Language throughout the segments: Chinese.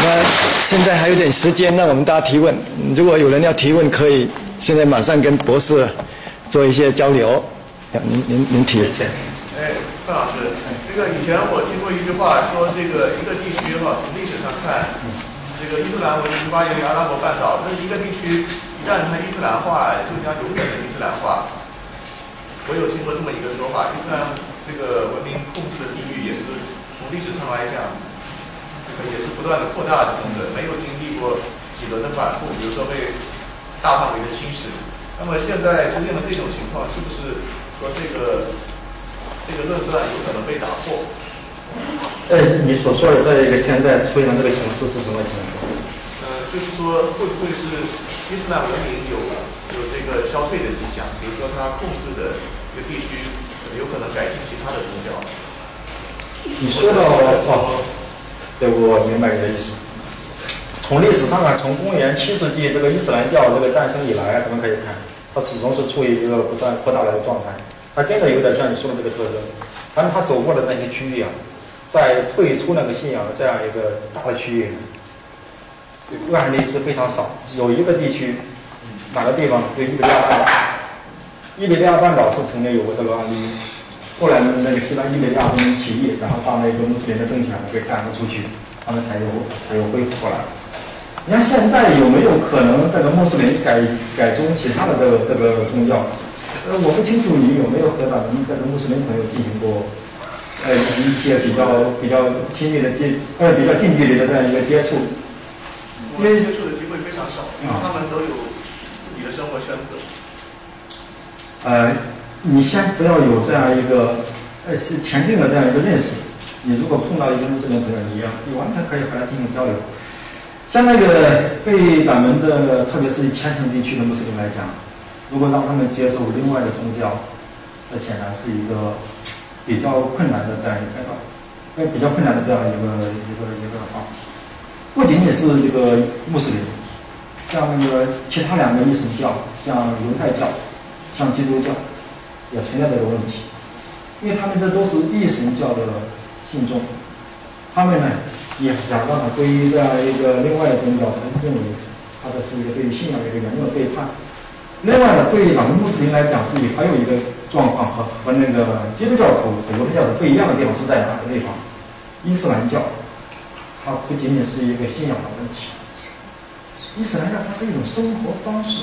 那现在还有点时间，那我们大家提问。如果有人要提问，可以现在马上跟博士做一些交流。您提。 范老师，这个以前我听过一句话，说这个一个地区哈，从历史上看，这个伊斯兰文明发源于阿拉伯半岛，那一个地区一旦它伊斯兰化，就将永远的伊斯兰化。我有听过这么一个说法，伊斯兰这个文明控制的地域也是从历史上来讲，这个也是不断的扩大中的，没有经历过几轮的反复，比如说被大范围的侵蚀。那么现在出现了这种情况，是不是说这个论断有可能被打破？ 你所说的这一个现在出现的这个形式是什么形式？ 就是说会不会是伊斯兰文明有这个消退的迹象？比如说它控制的一个地区有可能改进其他的宗教。 你说到对，我明白你的意思。从历史上看，从公元7世纪这个伊斯兰教这个诞生以来，咱们可以看，它始终是处于一个不断扩大的状态。它真的有点像你说的这个特征，但是它走过的那些区域啊，在退出那个信仰的这样一个大的区域，案例是非常少。有一个地区，哪个地方？就伊比利亚半岛。伊比利亚半岛是曾经有过这个案例，后来那个西南伊比利亚人起义，然后把那个穆斯林的政权给赶了出去，他们才有恢复过来。你看现在有没有可能这个穆斯林改宗其他的这个宗教？我不清楚你有没有和咱们这个穆斯林朋友进行过一些比较亲密的比较近距离的这样一个接触。 因为接触的机会非常少，因为他们都有自己的生活圈子。 你先不要有这样一个是前定的这样一个认识。你如果碰到一个穆斯林朋友，你完全可以和他进行交流。像那个对咱们的，特别是虔诚地区的穆斯林来讲，如果让他们接受另外的宗教，这显然是一个比较困难的这样一个阶段，比较困难的这样一个不仅仅是这个穆斯林，像那个其他两个一神教，像犹太教，像基督教，也存在这个问题，因为他们这都是一神教的信众，他们呢也想让他归于这样一个另外的宗教，他们认为他这是一个对于信仰的一个严重的背叛。另外呢，对于咱们穆斯林来讲，自己还有一个状况和那个基督教徒和犹太教徒不一样的地方是在哪个地方？伊斯兰教，它不仅仅是一个信仰的问题，伊斯兰教它是一种生活方式。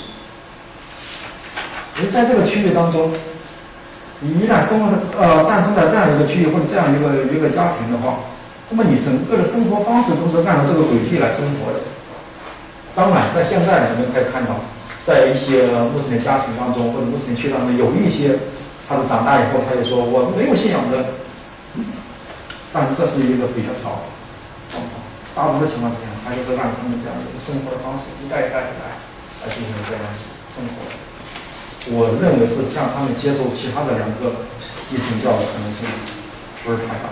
而在这个区域当中，你一旦诞生在这样一个区域或者这样一个家庭的话，那么你整个的生活方式都是按照这个轨迹来生活的。当然，在现在我们可以看到，在一些穆斯林家庭当中或者穆斯林区当中，有一些他是长大以后他也说我没有信仰的，但是这是一个比较少的状况。大多数情况下，他就是按他们这样一个生活的方式一代一代来进行这样生活。我认为是像他们接受其他的两个伊斯兰教的可能性不是太大。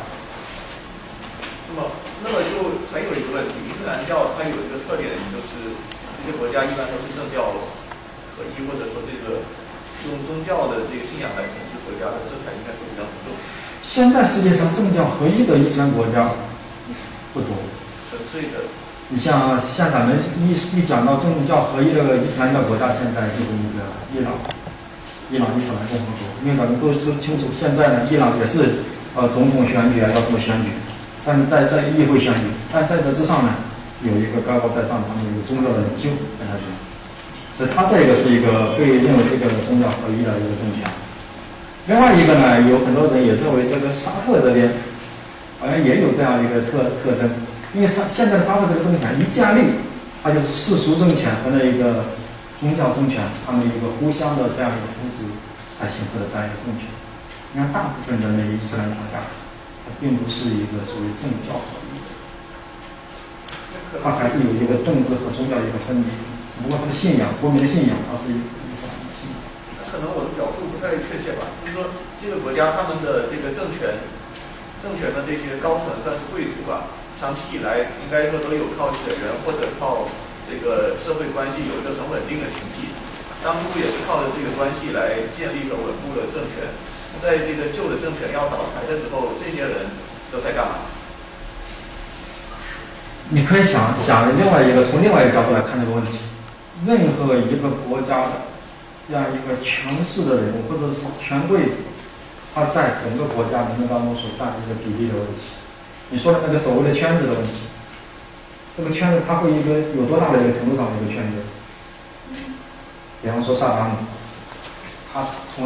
那么就还有一个问题，伊斯兰教它有一个特点，就是这些国家一般都是政教合一，或者说这个用宗教的这个信仰来统治国家的色彩应该会比较重。 现在世界上政教合一的伊斯兰国家不多， 纯粹的。 你像咱们一讲到政教合一的伊斯兰教国家，现在就是一个伊朗伊斯兰共和国，因为咱们都清楚，现在呢，伊朗也是总统选举啊，要这么选举。但是在议会选举，但在这之上呢，有一个高高在上，他们有一个宗教的领袖在那边，所以他这个是一个被认为这个宗教合一的一个政权。另外一个呢，有很多人也认为这个沙特这边好像也有这样一个特征，因为现在的沙特这个政权一建立，它就是世俗政权和那一个宗教政权，他们一个互相的这样一个扶持才形成的这样一个政权。你看大部分的那个伊斯兰国家，它并不是一个属于政教合一的，它还是有一个政治和宗教一个分离。只不过它的信仰，国民的信仰，它是一个伊斯兰的信仰。 可能我的表述不太确切吧，就是说这个国家他们的这个政权的这些高层算是贵族吧，长期以来应该说都有靠血缘或者靠这个社会关系有一个很稳定的群体，当初也是靠着这个关系来建立和稳固了政权。在这个旧的政权要倒台的时候，这些人都在干嘛？ 你可以想从另外一个角度来看这个问题，任何一个国家的这样一个权势的人物或者是权贵者，他在整个国家人民当中所占一个比例的问题。你说的那个所谓的圈子的问题，这个圈子它会有多大的一个程度上的一个圈子？比方说萨达姆，他从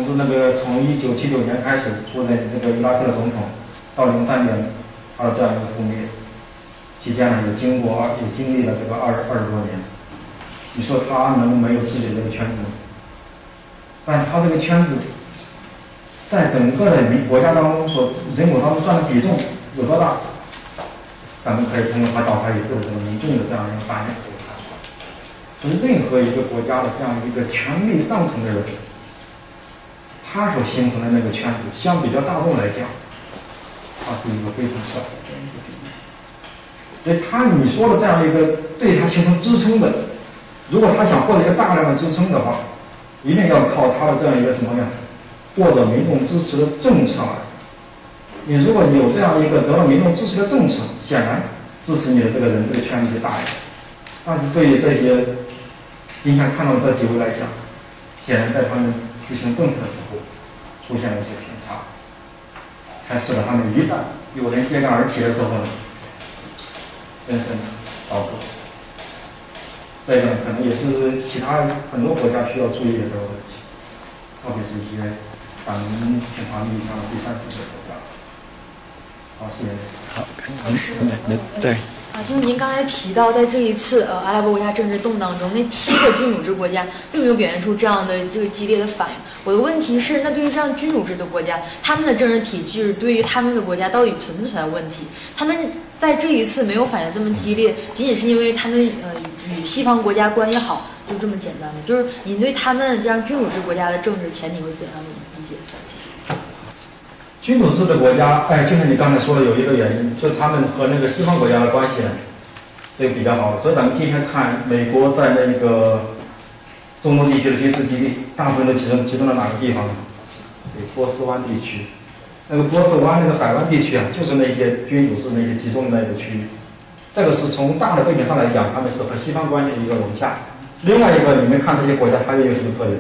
1979年开始出任这个伊拉克的总统，到03年他的这样一个覆灭，期间呢也经历了这个20多年。你说他能没有自己的这个圈子吗？但他这个圈子在整个的国家当中人口当中占的比重有多大？咱们可以通过他倒台以后的这个民众的这样一个反应可以看出来。所以任何一个国家的这样一个权力上层的人，他所形成的那个圈子，相比较大众来讲，它是一个非常小的这样一个比例。所以你说的这样一个对他形成支撑的，如果他想获得一个大量的支撑的话，一定要靠他的这样一个什么呀，获得民众支持的政策来。你如果有这样一个得到民众支持的政策，显然支持你的这个人这个圈子就大一点。但是对于这些今天看到的这几位来讲，显然在他们执行政策的时候出现了一些偏差，才使得他们一旦有人揭竿而起的时候呢，纷纷倒戈。这个可能也是其他很多国家需要注意的这个问题，特别是一些咱们平常意义上的第三世界国家。好，谢谢。 好，对。 就是您刚才提到，在这一次阿拉伯国家政治动荡中，那7个君主制国家并没有表现出这样的这个激烈的反应。我的问题是，那对于这样君主制的国家，他们的政治体制对于他们的国家到底存不存在问题？他们在这一次没有反应这么激烈，仅仅是因为他们与西方国家关系好，就这么简单吗？就是您对他们这样君主制国家的政治前景是怎样的理解？谢谢。 君主制的国家，就像你刚才说的，有一个原因，就是他们和那个西方国家的关系呢是比较好的。所以咱们今天看美国在那个中东地区的军事基地，大部分都集中在哪个地方呢？所以波斯湾地区。那个波斯湾那个海湾地区啊，就是那些君主制那些集中的那个区域。这个是从大的背景上来讲，他们是和西方关系的一个融洽。另外一个，你们看这些国家，它有一个什么特点？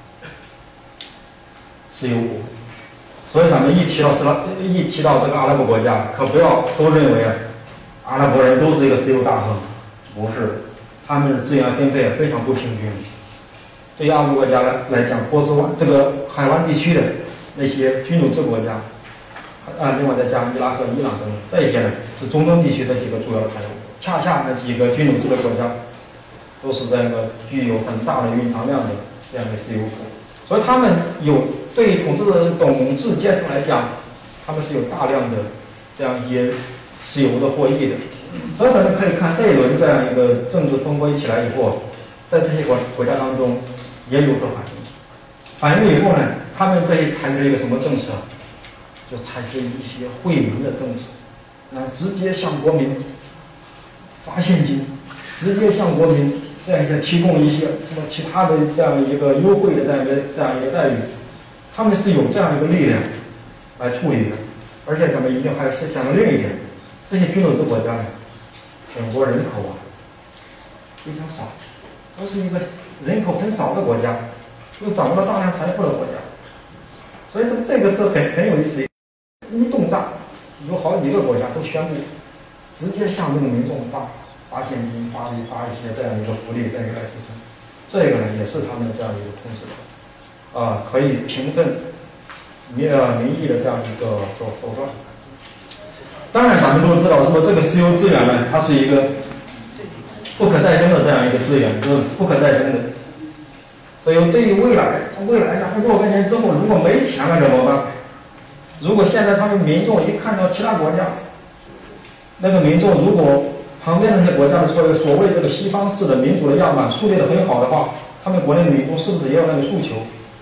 石油国。所以咱们一提到这个阿拉伯国家，可不要都认为阿拉伯人都是一个石油大亨，不是，他们的资源分配非常不平均。对于阿拉伯国家来讲，波斯湾这个海湾地区的那些君主制国家，另外再加上伊拉克、伊朗等等，这些呢是中东地区这几个主要的财富。恰恰那几个君主制的国家，都是这样一个具有很大的蕴藏量的这样的石油国。所以他们对于统治阶层来讲，他们是有大量的这样一些石油的获益的。所以咱们可以看这一轮这样一个政治风波一起来以后，在这些国家当中也有所反应。反应以后呢，他们这一采取了一个什么政策？就采取一些惠民的政策，直接向国民发现金，直接向国民这样一些提供一些什么其他的这样一个优惠的这样一个待遇。他们是有这样一个力量来处理的。而且咱们一定还是想到另一点，这些君主制国家呢，本国人口非常少，都是一个人口很少的国家，又掌握了大量财富的国家。所以这个是很有意思。一动荡，有好几个国家都宣布直接向这个民众发现金，发一些这样一个福利，这样一个来支撑。这个呢，也是他们的这样一个控制的，可以平分民意的这样一个手段。当然，咱们都知道说这个石油资源呢，它是一个不可再生的这样一个资源，就是不可再生的。所以对于未来若干年之后，如果没钱了怎么办？如果现在他们民众一看到其他国家，那个民众如果旁边那些国家的所谓这个西方式的民主的样板树立的很好的话，他们国内的民众是不是也有那个诉求？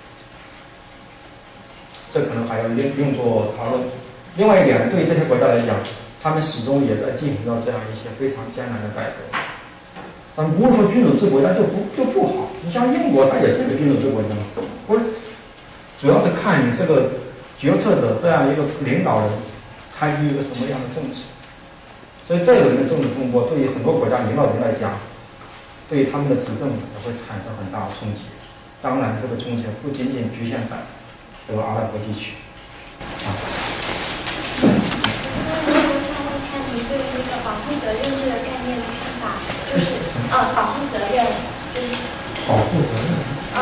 这可能还要另做讨论。另外一点，对于这些国家来讲，他们始终也在进行到这样一些非常艰难的改革。咱们不是说君主制国家就不好，你像英国，它也是一个君主制国家嘛。不是，主要是看你这个决策者这样一个领导人采取一个什么样的政策。 所以这轮的政治风波对于很多国家领导人来讲，对于他们的执政也会产生很大的冲击。当然，这个冲击不仅仅局限在这个阿拉伯地区。 我想问一下你对那个保护责任这个概念的看法，就是保护责任，就是保护责任。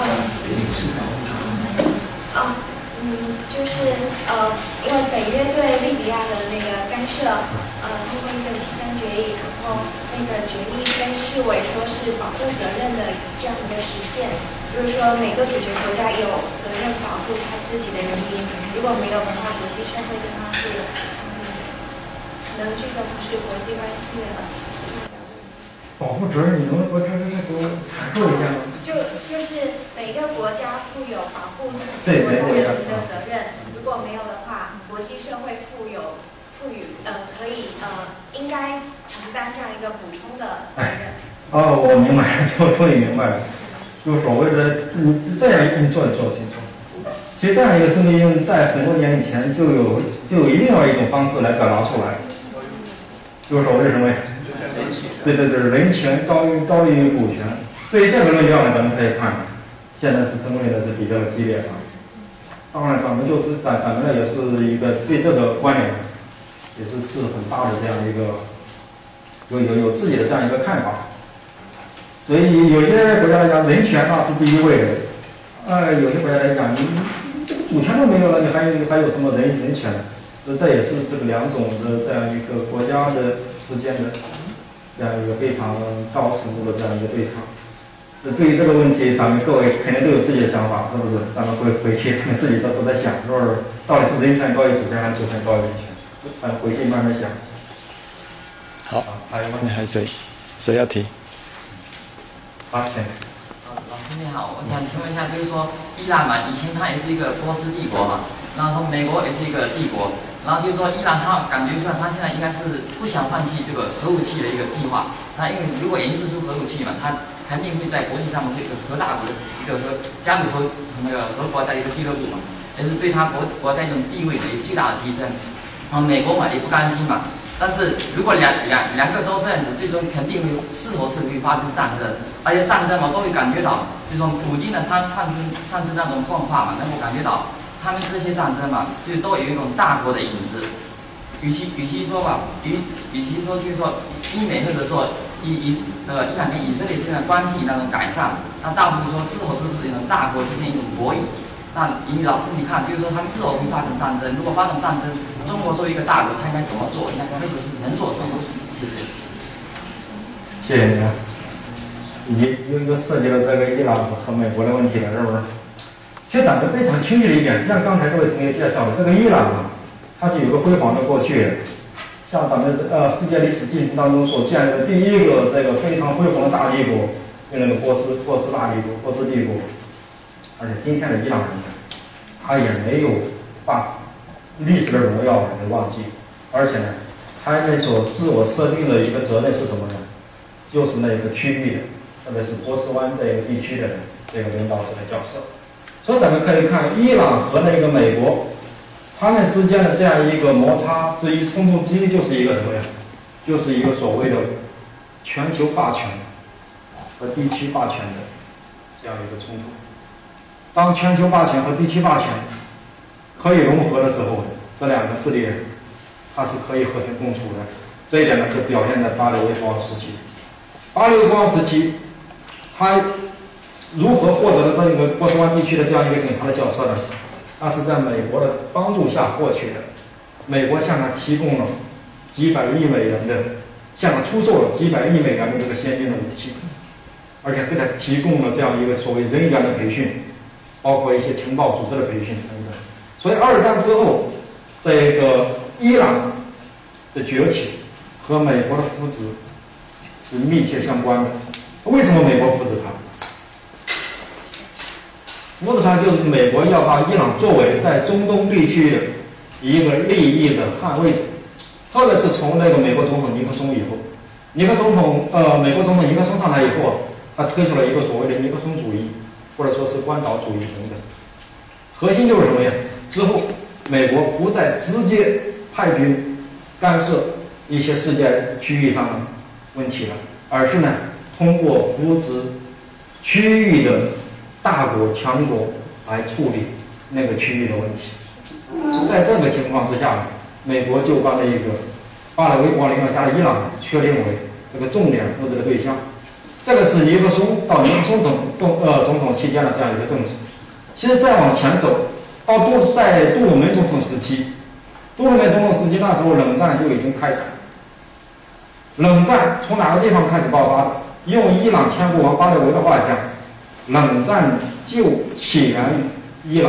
就是因为北约对利比亚的那个干涉，通过1973决议，然后那个决议被视为说是保护责任的这样一个实践，就是说每个主权国家有责任保护他自己的人民，如果没有的话，国际社会对他是，可能这个不是国际关系的。 保护责任，你能不能给我阐述一下吗？ 就是每个国家负有保护自己国家人民的责任，如果没有的话，国际社会赋予可以应该承担这样一个补充的责任。 我明白了，终于明白了，就是所谓的这样一做清楚。其实这样一个声音在很多年以前就有另外一种方式来表达出来，就是所谓的什么呀？对，人权高于股权。对于这个论调呢，咱们可以看，现在是争论的是比较激烈的。当然，咱们呢也是一个对这个观点也是持很大的这样一个有自己的这样一个看法。所以有些国家来讲，人权那是第一位的。有些国家来讲，你主权都没有了，你还有什么人权？这也是这个两种的这样一个国家的之间的这样一个非常高程度的这样一个对抗。对于这个问题，咱们各位肯定都有自己的想法，是不是？咱们回去，咱们自己都在想，说到底是人权高于主权，还是主权高于人权？咱们回去慢慢想。 好，还有问题？还有谁要提？ 请。 老师你好，我想请问一下，就是说伊朗嘛，以前它也是一个波斯帝国嘛，然后说美国也是一个帝国，然后就是说伊朗它感觉出来，它现在应该是不想放弃这个核武器的一个计划。它因为如果研制出核武器嘛，它肯定会在国际上会有核大国一个和加入核国在一个俱乐部嘛，也是对它国家一种地位的一个巨大的提升。然后美国嘛也不甘心嘛，但是如果两个都这样子，最终肯定会会发生战争，而且战争嘛都会感觉到，就是说普京呢他产生那种幻化嘛，能够感觉到他们这些战争嘛，就都有一种大国的影子。与其说就是说医美或者说伊朗跟以色列之间的关系那种改善，那倒不如说是不是一种大国之间一种博弈。那以老师你看，就是说他们是否会发生战争？如果发生战争，中国作为一个大国，他应该怎么做？应该或者是能做什么？谢谢。 谢谢你啊，你又涉及了这个伊朗和美国的问题了，是不是？其实咱们非常清晰的一点，像刚才这位同学介绍的，这个伊朗啊，它是有个辉煌的过去的。像咱们世界历史进程当中所建立的第一个这个非常辉煌的大帝国，就那个波斯大帝国、波斯帝国。而且今天的伊朗人，他也没有把历史的荣耀给忘记，而且呢，他们所自我设定的一个责任是什么呢？就是那个区域的，特别是波斯湾这个地区的这个领导者的角色。所以咱们可以看伊朗和那个美国，他们之间的这样一个摩擦之一、冲突之一，就是一个什么呀？就是一个所谓的全球霸权和地区霸权的这样一个冲突。当全球霸权和地区霸权可以融合的时候，这两个势力它是可以和平共处的。这一点呢，就表现在8·6微国王时期。8·6微国王时期，他如何获得了那个波斯湾地区的这样一个警察的角色呢？那是在美国的帮助下获取的。美国向他提供了几百亿美元的，向他出售了几百亿美元的这个先进的武器，而且给他提供了这样一个所谓人员的培训。包括一些情报组织的培训等等，所以二战之后，这个伊朗的崛起和美国的扶植是密切相关的。为什么美国扶持他？扶持他就是美国要把伊朗作为在中东地区的一个利益的捍卫者，特别是从那个美国总统尼克松以后，美国总统尼克松上台以后，他推出了一个所谓的尼克松主义。或者说是关岛主义等等，核心就是什么呀？之后，美国不再直接派兵干涉一些世界区域上的问题了，而是呢通过扶植区域的大国强国来处理那个区域的问题。在这个情况之下呢，美国就把那个巴勒维往领导下的伊朗确定为这个重点扶植的对象。这个是尼克松到尼克松总统期间的这样一个政策。其实再往前走，在杜鲁门总统时期，那时候冷战就已经开始了。冷战从哪个地方开始爆发的？用伊朗前国王巴列维的话讲，冷战就起源于伊朗。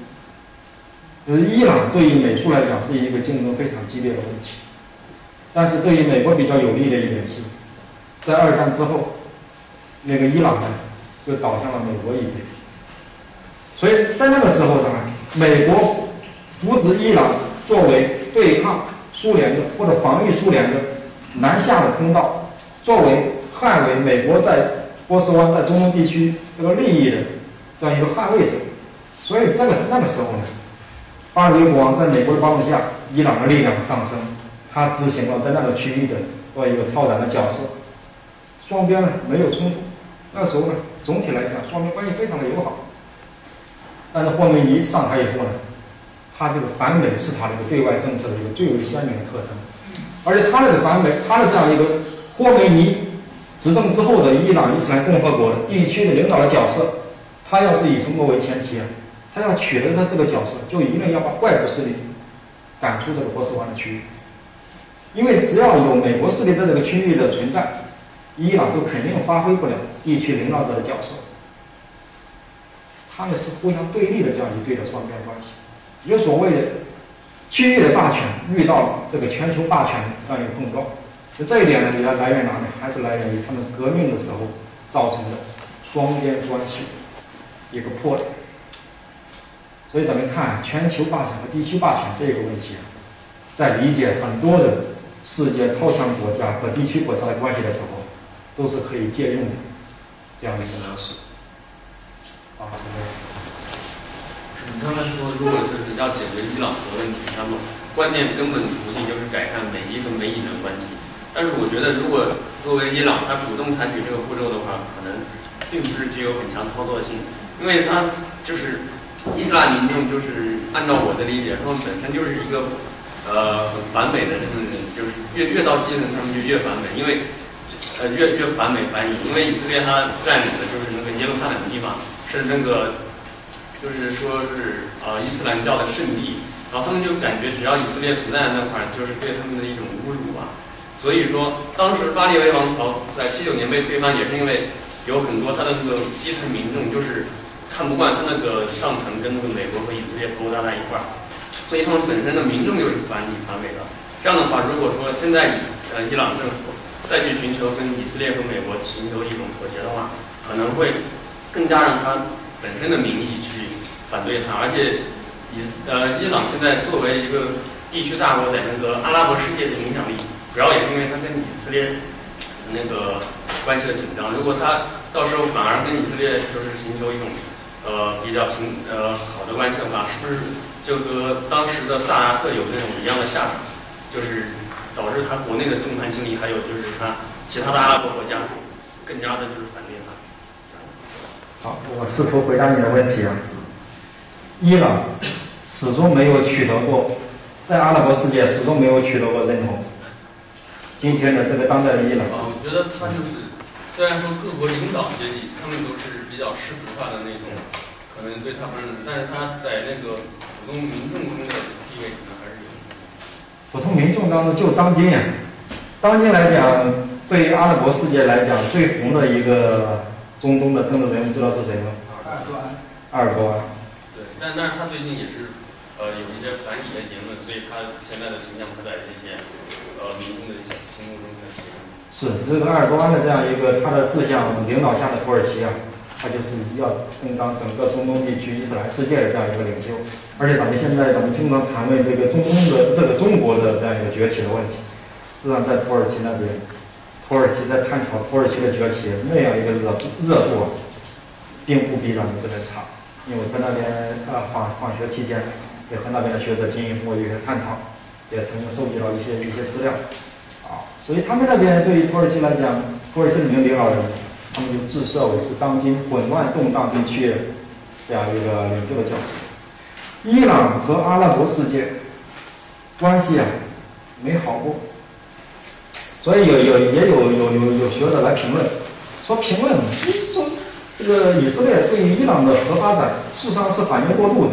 伊朗对于美苏来讲是一个竞争非常激烈的问题，但是对于美国比较有利的一点是，在二战之后，那个伊朗呢就倒向了美国一边，所以在那个时候呢，美国扶植伊朗作为对抗苏联的或者防御苏联的南下的通道，作为捍卫美国在波斯湾在中东地区这个利益的这样一个捍卫者。所以那个时候呢，巴勒维国王在美国的帮助下，伊朗的力量上升，他执行了在那个区域的做一个超然的角色，双边呢没有冲突。那时候呢，总体来讲双边关系非常的友好。但是霍梅尼上台以后呢，他这个反美是他这个对外政策的一个最为鲜明的特征，而且他这个反美，他的这样一个霍梅尼执政之后的伊朗伊斯兰共和国的地区的领导的角色，他要是以什么为前提啊？他要取得他这个角色，就一定要把外部势力赶出这个波斯湾的区域，因为只要有美国势力在这个区域的存在，伊朗就肯定发挥不了地区领导者的角色。他们是互相对立的这样一对的双边关系，有所谓的区域的霸权遇到了这个全球霸权这样一个碰撞。这一点呢，也要来源哪里？还是来源于他们革命的时候造成的双边关系一个破裂。所以咱们看全球霸权和地区霸权这个问题，在理解很多的世界超强国家和地区国家的关系的时候，都是可以借用的这样一个模式。 你刚才说，如果就是要解决伊朗核问题，那么关键根本途径就是改善美伊和美伊的关系。但是我觉得，如果作为伊朗他主动采取这个步骤的话，可能并不是具有很强操作性，因为他就是伊斯兰民众，就是按照我的理解，他们本身就是一个很反美的这种人，就是越到基层他们就越反美，因为越反美反以，因为以色列他占领的就是那个耶路撒冷的地方。是那个，就是说是伊斯兰教的圣地，然后他们就感觉只要以色列不在那块儿，就是对他们的一种侮辱吧。所以说，当时巴列维王朝在79年被推翻，也是因为有很多他的那个基层民众就是看不惯他那个上层跟那个美国和以色列勾搭在一块儿，所以他们本身的民众就是反美的。这样的话，如果说现在伊朗政府再去寻求跟以色列和美国寻求一种妥协的话，可能会更加让他本身的民意去反对他，而且伊朗现在作为一个地区大国，在那个阿拉伯世界的影响力，主要也是因为他跟以色列那个关系的紧张。如果他到时候反而跟以色列就是寻求一种比较好的关系的话，是不是就和当时的萨拉赫有那种一样的下场，就是导致他国内的众叛亲离，还有就是他其他的阿拉伯国家更加的就是反对他。 好，我试图回答你的问题啊。伊朗始终没有取得过，在阿拉伯世界始终没有取得过认同。今天的这个当代的伊朗， 我觉得他就是，虽然说各国领导阶级他们都是比较世俗化的那种，可能对他们，但是他在那个普通民众中的地位可能还是有。 普通民众当中，就当今来讲，对于阿拉伯世界来讲，最红的一个中东的政治人物知道是谁吗？阿尔多安。 对，但是他最近也是有一些反以的言论，所以他现在的形象不在这些民众的心目中的体现。 是这个阿尔多安的这样一个他的志向领导下的土耳其啊，他就是要争当整个中东地区伊斯兰世界的这样一个领袖。而且咱们经常谈论这个中国的这样一个崛起的问题，实际上在土耳其那边，土耳其在探讨土耳其的崛起那样一个热度啊，并不比咱们这边差。因为我在那边访学期间，也和那边的学者进行过一些探讨，也曾经收集到一些资料。 所以他们那边对于土耳其来讲，土耳其的领导人，他们就自设为是当今混乱动荡地区的这样一个领袖的角色。伊朗和阿拉伯世界关系没好过，所以也有学者来评论，说这个以色列对于伊朗的核发展事实上是反应过度的，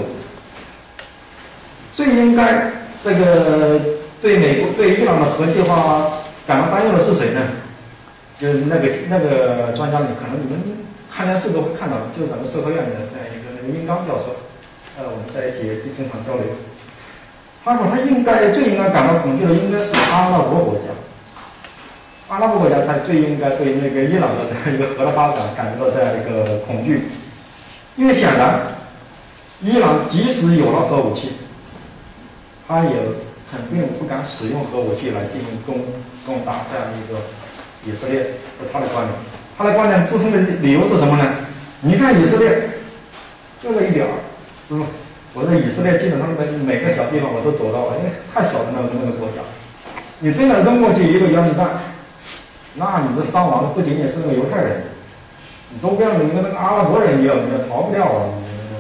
最应该这个对美国对伊朗的核计划感到担忧的是谁呢？就是那个专家，可能你们看电视都会看到，就是咱们社科院的这样一个那个殷刚教授，我们在一起经常交流。他说他最应该感到恐惧的应该是阿拉伯国家，阿拉伯国家才最应该对那个伊朗的这样一个核的发展感觉到这样一个恐惧，因为显然伊朗即使有了核武器，他也肯定不敢使用核武器来进行攻打这样一个以色列。他的观点，他的观点支撑的理由是什么呢？你看以色列就这一点儿，是吧？我在以色列基本上每个小地方我都走到了，因为太小的那个国家，你真的扔过去一个原子弹，那你的伤亡不仅仅是那个犹太人，你周边的那个阿拉伯人也逃不掉啊。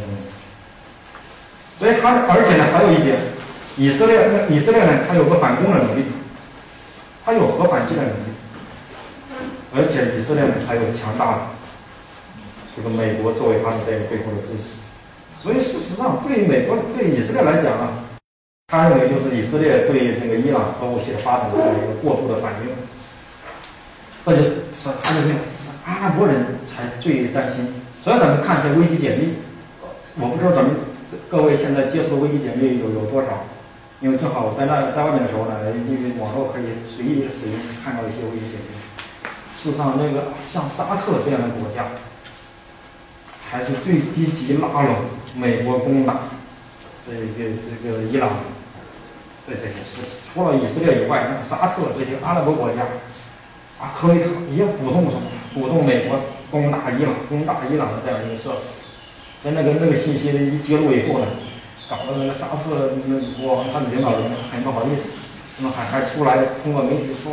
所以而且呢还有一点，以色列呢，它有个反攻的能力，它有核反击的能力，而且以色列呢还有强大的这个美国作为它的这个背后的支持。所以事实上，对以色列来讲他认为就是以色列对那个伊朗核武器的发展的这样一个过度的反应，这就是他认为阿拉伯人才最担心。所以咱们看一下危机简历，我不知道咱们各位现在接触的危机简历有多少，因为正好我在外面的时候呢，因为网络可以随意使用，看到一些危机简历。事实上，那个像沙特这样的国家，才是最积极拉拢美国攻打这个伊朗这些事。除了以色列以外，那沙特这些阿拉伯国家可以也鼓动美国攻打伊朗的这样一个设施。所以那个信息一揭露以后呢，搞得那个沙特国王他的领导人很不好意思，那么还出来通过媒体说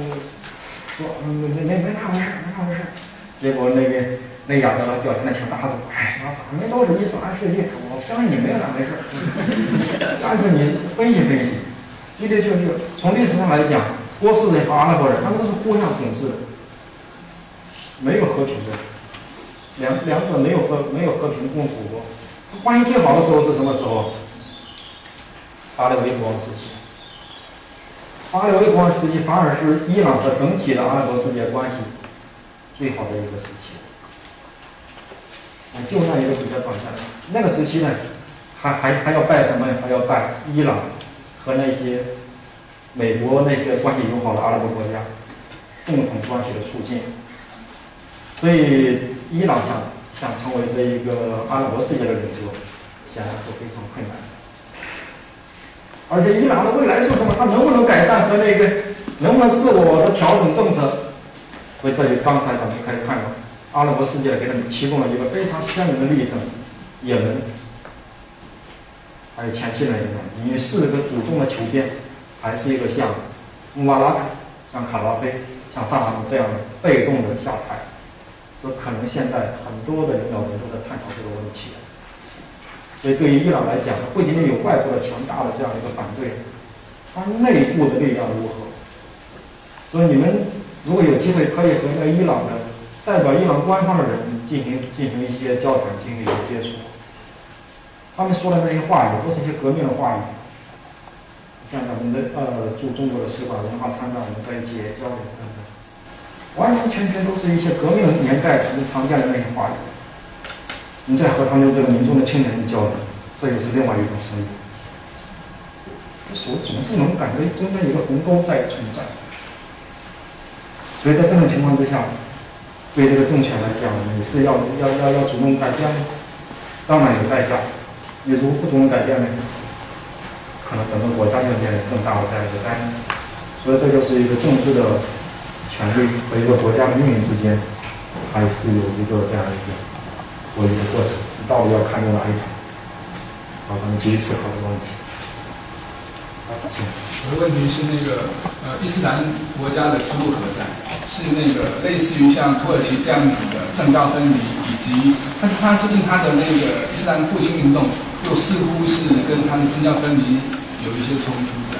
没那回事。结果那亚当表现的挺大度，咱们都是伊斯兰世界，我相信你没有那回事。但是你分析，的确从历史上来讲，波斯人和阿拉伯人他们都是互相统治的，没有和平的，两者没有和平共处过。关系最好的时候是什么时候？巴列维国王时期。巴列维国王时期反而是伊朗和整体的阿拉伯世界关系最好的一个时期。就那一个比较短暂的那个时期呢，还要拜什么？还要拜伊朗和那些美国那些关系友好的阿拉伯国家共同关系的促进。所以伊朗想成为这一个阿拉伯世界的领袖，显然是非常困难的。而且伊朗的未来是什么？它能不能改善和能不能自我的调整政策？所以这里刚才咱们可以看到，阿拉伯世界给他们提供了一个非常鲜明的例证，也门，还有前期的你是个主动的求变，还是一个像穆巴拉克、像卡扎菲、像萨达姆这样的被动的下台？这可能现在很多的领导人都在探讨这个问题。所以对于伊朗来讲，不仅仅有外部的强大的这样一个反对，它内部的力量如何？所以你们如果有机会，可以和那个伊朗的代表伊朗官方的人进行一些交谈，进行一些接触。他们说的那些话语都是一些革命的话语，像咱们的驻中国的使馆文化参赞，我们在一起也交流等等，完完全全都是一些革命年代咱们常见的那些话语。你再和他们这个民众的青年人交流，这又是另外一种声音。总是能感觉中间有个鸿沟在存在。所以在这种情况之下，对这个政权来讲，你是要主动改变吗？当然有代价。你如果不主动改变呢，可能整个国家就面临更大的这样一个灾难。所以这就是一个政治的权利和一个国家的命运之间，还是有一个这样一个博弈的过程。你到底要看中哪一条？好，咱们继续思考这个问题。 我的问题是伊斯兰国家的出路何在？是类似于像土耳其这样子的政教分离，以及，但是最近他的伊斯兰复兴运动又似乎是跟他的政教分离有一些冲突的。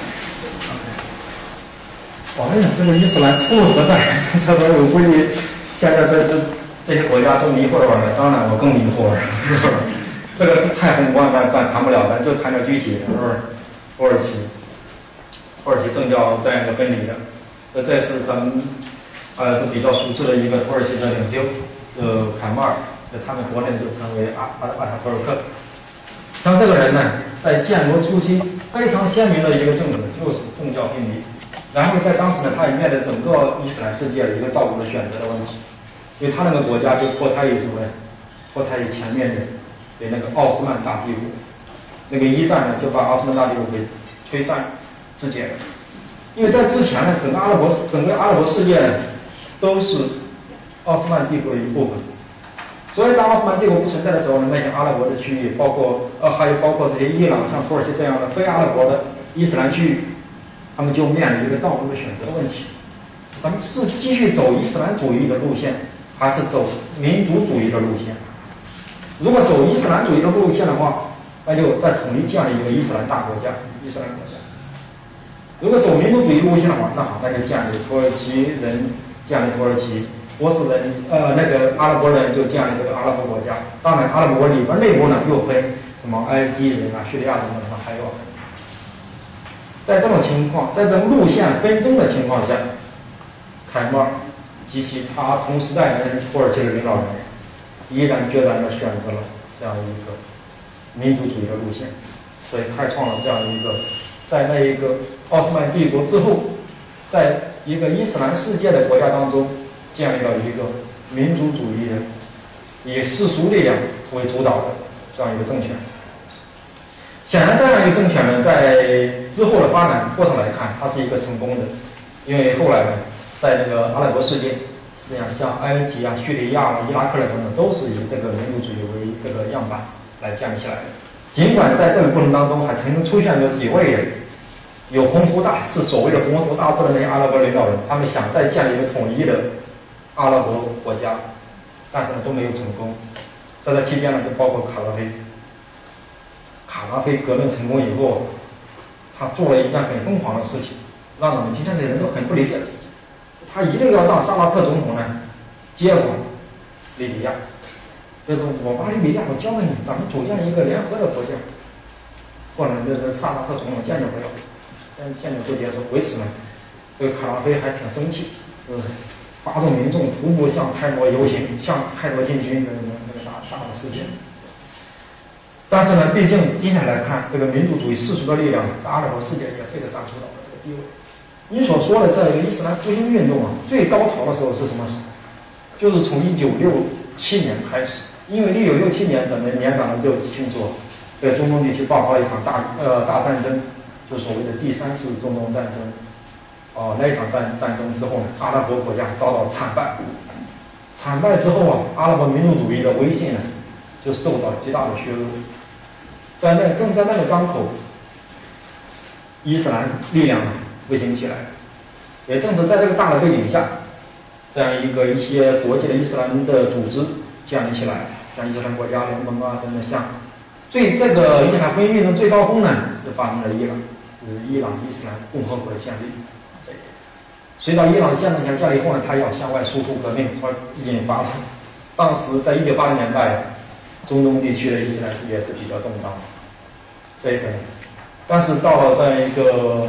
我们这个伊斯兰出路何在？我估计现在这些国家都迷惑了，当然我更迷惑了。这个太宏观，咱谈不了，咱就谈点具体的，是不是？土耳其政教这样一个分离的，这是咱们都比较熟知的一个土耳其的领袖，凯末尔，他们国内就称为阿塔图尔克。像这个人呢，在建国初期非常鲜明的一个政治就是政教分离，然后在当时呢，他也面对整个伊斯兰世界的一个道路的选择的问题，因为他那个国家就脱胎于什么呢？脱胎于前面的那个奥斯曼大帝国，那个一战呢就把奥斯曼大帝国给摧残肢解了。因为在之前呢，整个阿拉伯世界呢都是奥斯曼帝国的一部分，所以当奥斯曼帝国不存在的时候呢，那些阿拉伯的区域，还有包括这些伊朗、像土耳其这样的非阿拉伯的伊斯兰区域，他们就面临一个道路的选择问题：咱们是继续走伊斯兰主义的路线，还是走民族主义的路线？如果走伊斯兰主义的路线的话，那就再统一建立一个伊斯兰大国家，伊斯兰国家。如果走民族主义路线的话，那好，那就建立土耳其人建立土耳其，波斯人阿拉伯人就建立这个阿拉伯国家。当然，阿拉伯里边内部呢又分什么埃及人啊、叙利亚什么的，还有。在这种情况，在这种路线纷争的情况下，凯末尔及其他同时代的土耳其的领导人，毅然决然地选择了这样一个民族主义的路线，所以开创了这样一个，在那一个奥斯曼帝国之后，在一个伊斯兰世界的国家当中，建立了一个民族主义的以世俗力量为主导的这样一个政权。显然，这样一个政权呢，在之后的发展过程来看，它是一个成功的，因为后来呢，在这个阿拉伯世界，实际上像埃及啊、叙利亚、伊拉克等等，都是以这个民族主义为这个样板来建立起来的。尽管在这个过程当中，还曾经出现过几位人有宏图大志，所谓的宏图大志的那些阿拉伯领导人，他们想再建立一个统一的阿拉伯国家，但是呢都没有成功。在这期间呢，就包括卡拉菲革命成功以后，他做了一件很疯狂的事情，让我们今天的人都很不理解的事情。他一定要让萨拉特总统呢接管利比亚，就是我把利比亚我交给你，咱们组建一个联合的国家。后来这个萨拉特总统坚决不要，坚决不接受。为此呢，这个卡拉菲还挺生气，发动民众徒步向开罗游行，向开罗进军那个大的事件。但是呢，毕竟今天来看，这个民族主义世俗的力量在阿拉伯世界也是一个占主导的这个地位。你所说的这个伊斯兰复兴运动啊，最高潮的时候是什么时候？就是从1967年开始，因为1967年咱们年长的就听说，在中东地区爆发一场大战争，就所谓的第3次中东战争。那一场战争之后呢，阿拉伯国家遭到惨败。惨败之后啊，阿拉伯民族主义的威信呢，就受到极大的削弱。正在那个当口，伊斯兰力量呢复兴起来，也正是在这个大的背景下，这样一些国际的伊斯兰的组织建立起来，像伊斯兰国家联盟啊等等，像这个伊斯兰复兴运动最高峰呢，就发生在伊朗，就是伊朗伊斯兰共和国的建立。随着伊朗的现政权建立后呢，他要向外输出革命，所以引发了当时在1980年代。中东地区的伊斯兰世界是比较动荡的，这一点。但是到了在一个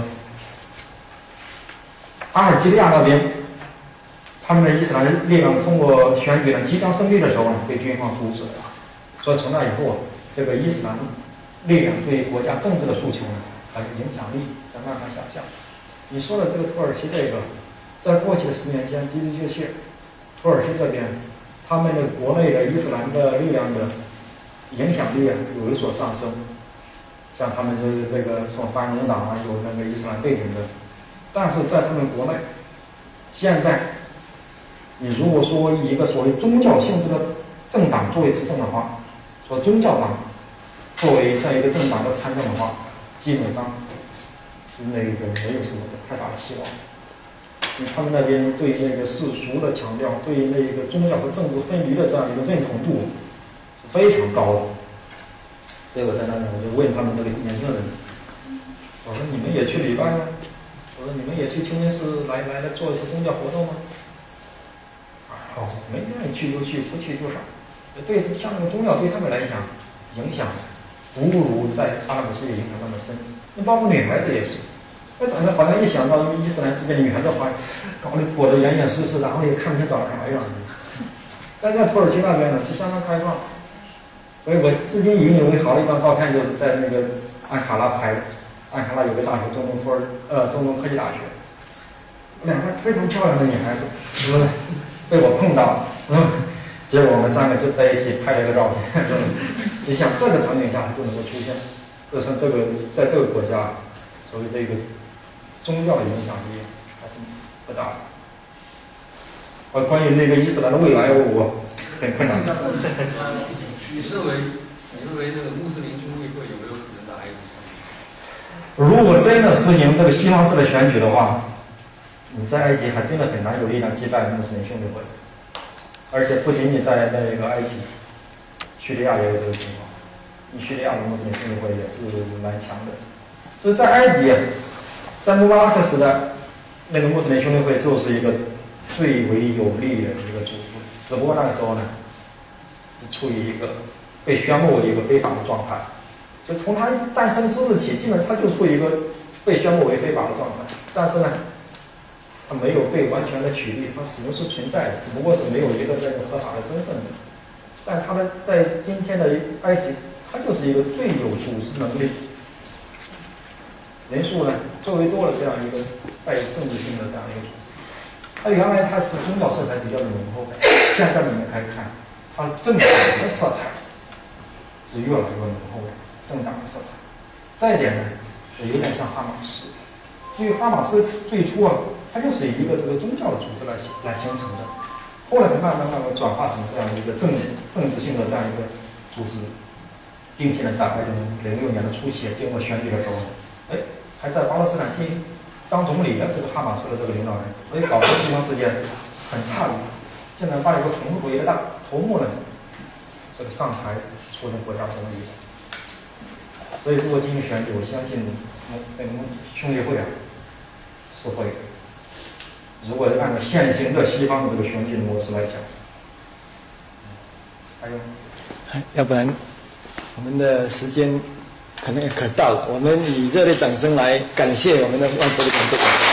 阿尔及利亚那边，他们的伊斯兰力量通过选举呢即将胜利的时候呢，被军方阻止了。所以从那以后，这个伊斯兰力量对国家政治的诉求呢，还有影响力在慢慢下降。你说的这个土耳其这个，在过去的10年间的的确确，土耳其这边他们的国内的伊斯兰的力量的影响力啊有所上升，像他们是这个什么反容党啊，有那个伊斯兰背景的，但是在他们国内，现在你如果说以一个所谓宗教性质的政党作为执政的话，说宗教党作为这样一个政党的参政的话，基本上是那个没有什么太大的希望。因为他们那边对那个世俗的强调，对那个宗教和政治分离的这样一个认同度是非常高的。所以我在那里我就问他们这个年轻人，我说你们也去礼拜吗？我说你们也去青年寺来做一些宗教活动吗？没愿意去就去，不去就少。对，像那个宗教对他们来讲，影响不如在阿拉伯世界影响那么深。那包括女孩子也是，那长得好像一想到伊斯兰世界的女孩子，好像搞得裹得严严实实，然后也看不见长啥样。在那土耳其那边呢是相当开放，所以我至今引以为豪的一张照片，就是在那个安卡拉拍的。安卡拉有个大学，中东科技大学，两个非常漂亮的女孩子，被我碰到，结果我们3个就在一起拍了一个照片。你想这个场景下就能够出现，就说这个在这个国家，所谓这个宗教的影响力还是不大的。关于那个伊斯兰的未来，我很困难。 你认为那个穆斯林兄弟会有没有可能在埃及上？ 如果真的实行这个西方式的选举的话，你在埃及还真的很难有力量击败穆斯林兄弟会。而且不仅仅在那个埃及，叙利亚也有这个情况。叙利亚的穆斯林兄弟会也是蛮强的。所以在埃及，在穆巴拉克时代，那个穆斯林兄弟会就是一个最为有力的一个组织。只不过那个时候呢，是处于一个被宣布为一个非法的状态。就从它诞生之日起，基本它就处于一个被宣布为非法的状态。但是呢，它没有被完全的取缔，它始终是存在的，只不过是没有一个这个合法的身份的。但它的在今天的埃及，它就是一个最有组织能力，人数呢最为多的这样一个带有政治性的这样一个组织。它原来它是宗教色彩比较浓厚，现在你们可以看，它政党的色彩是越来越浓厚的，政党的色彩。再一点呢，是有点像哈马斯。所以哈马斯最初它就是以一个这个宗教的组织来形成的，后来慢慢转化成这样一个政治性的这样一个组织，并且呢，在2006年的初期，经过选举的时候，还在巴勒斯坦当总理的这个哈马斯的这个领导人，所以搞得西方世界很诧异。现在把一个恐怖主义的大头目呢，这个上台出任国家总理。所以如果进行选举，我相信那个兄弟会是会。如果按照现行的西方的这个选举模式来讲，还有， 要不然我们的时间可到了，我们以热烈掌声来感谢我们的万国的讲座。